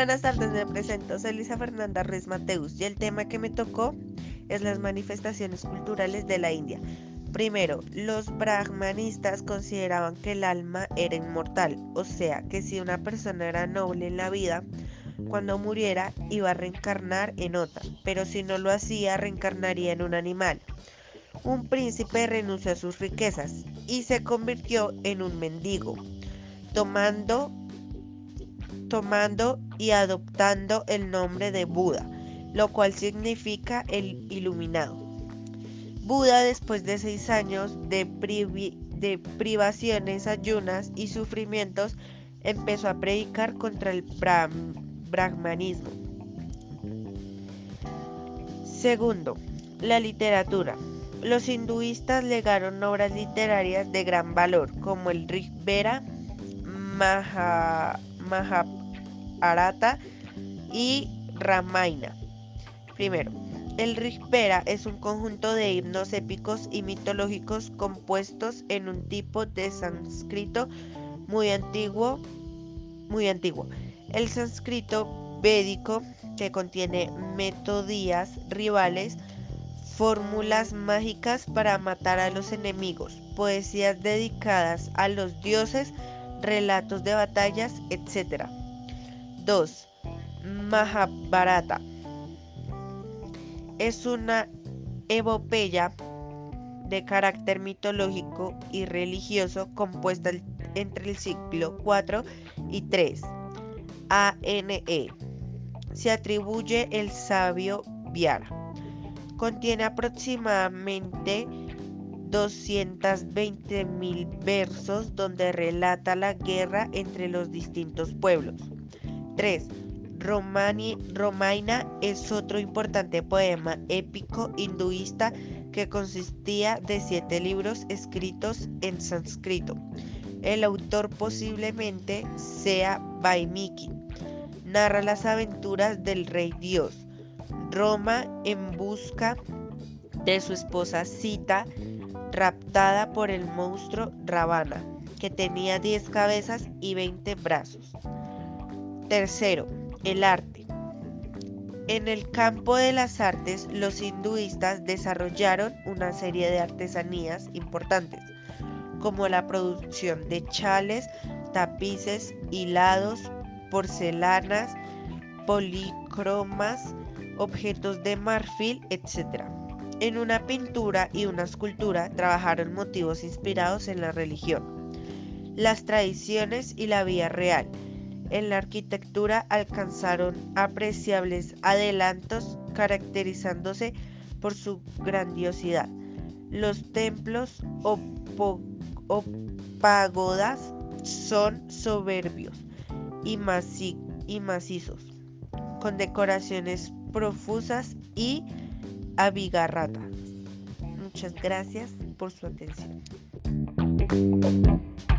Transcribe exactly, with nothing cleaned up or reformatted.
Buenas tardes, me presento. Soy Lisa Fernanda Ruiz Mateus y el tema que me tocó es las manifestaciones culturales de la India. Primero, los brahmanistas consideraban que el alma era inmortal, o sea, que si una persona era noble en la vida, cuando muriera iba a reencarnar en otra, pero si no lo hacía, reencarnaría en un animal. Un príncipe renunció a sus riquezas y se convirtió en un mendigo, tomando tomando y adoptando el nombre de Buda, lo cual significa el iluminado. Buda, después de seis años de, privi de privaciones, ayunas y sufrimientos, empezó a predicar contra el brahm brahmanismo. Segundo, la literatura. Los hinduistas legaron obras literarias de gran valor, como el Rig Veda, Maha, Mahabharata y Ramayana. Primero, el Rig Veda es un conjunto de himnos épicos y mitológicos compuestos en un tipo de sánscrito muy antiguo, muy antiguo. El sánscrito védico, que contiene metodías rivales, fórmulas mágicas para matar a los enemigos, poesías dedicadas a los dioses, relatos de batallas, etcétera. dos. Mahabharata es una epopeya de carácter mitológico y religioso compuesta entre el siglo cuatro y tres A N E. Se atribuye el sabio Vyasa. Contiene aproximadamente doscientos veinte mil versos donde relata la guerra entre los distintos pueblos. tres. Ramayana es otro importante poema épico hinduista que consistía de siete libros escritos en sánscrito. El autor posiblemente sea Valmiki. Narra las aventuras del rey Dios, Roma, en busca de su esposa Sita, raptada por el monstruo Ravana, que tenía diez cabezas y veinte brazos. Tercero, el arte. En el campo de las artes, los hinduistas desarrollaron una serie de artesanías importantes, como la producción de chales, tapices, hilados, porcelanas, polícromas, objetos de marfil, etcétera. En una pintura y una escultura trabajaron motivos inspirados en la religión, las tradiciones y la vida real. En la arquitectura alcanzaron apreciables adelantos, caracterizándose por su grandiosidad. Los templos o, o pagodas son soberbios y, maci y macizos, con decoraciones profusas y abigarradas. Muchas gracias por su atención.